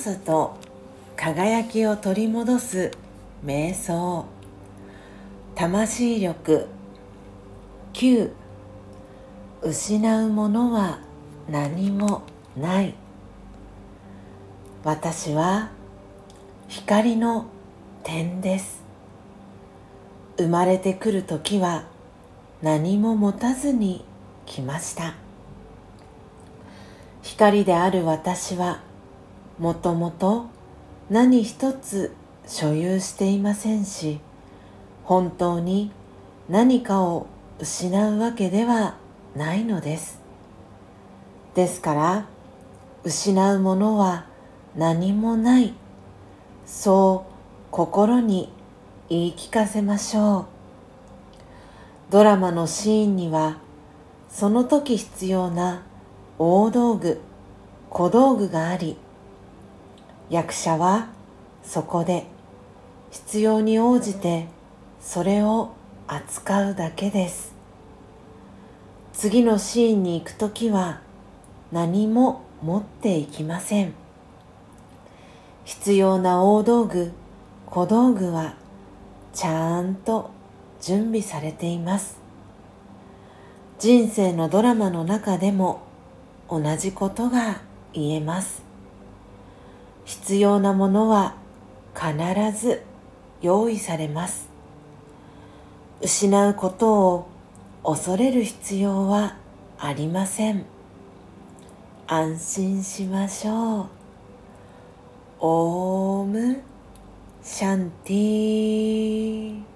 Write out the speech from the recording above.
さと輝きを取り戻す瞑想。魂力9。失うものは何もない。私は光の点です。生まれてくるときは何も持たずに来ました。光である私はもともと何一つ所有していませんし、本当に何かを失うわけではないのです。ですから失うものは何もない、そう心に言い聞かせましょう。ドラマのシーンにはその時必要な大道具、小道具があり、役者はそこで必要に応じてそれを扱うだけです。次のシーンに行くときは何も持っていきません。必要な大道具、小道具はちゃんと準備されています。人生のドラマの中でも同じことが言えます。必要なものは必ず用意されます。失うことを恐れる必要はありません。安心しましょう。オームシャンティー。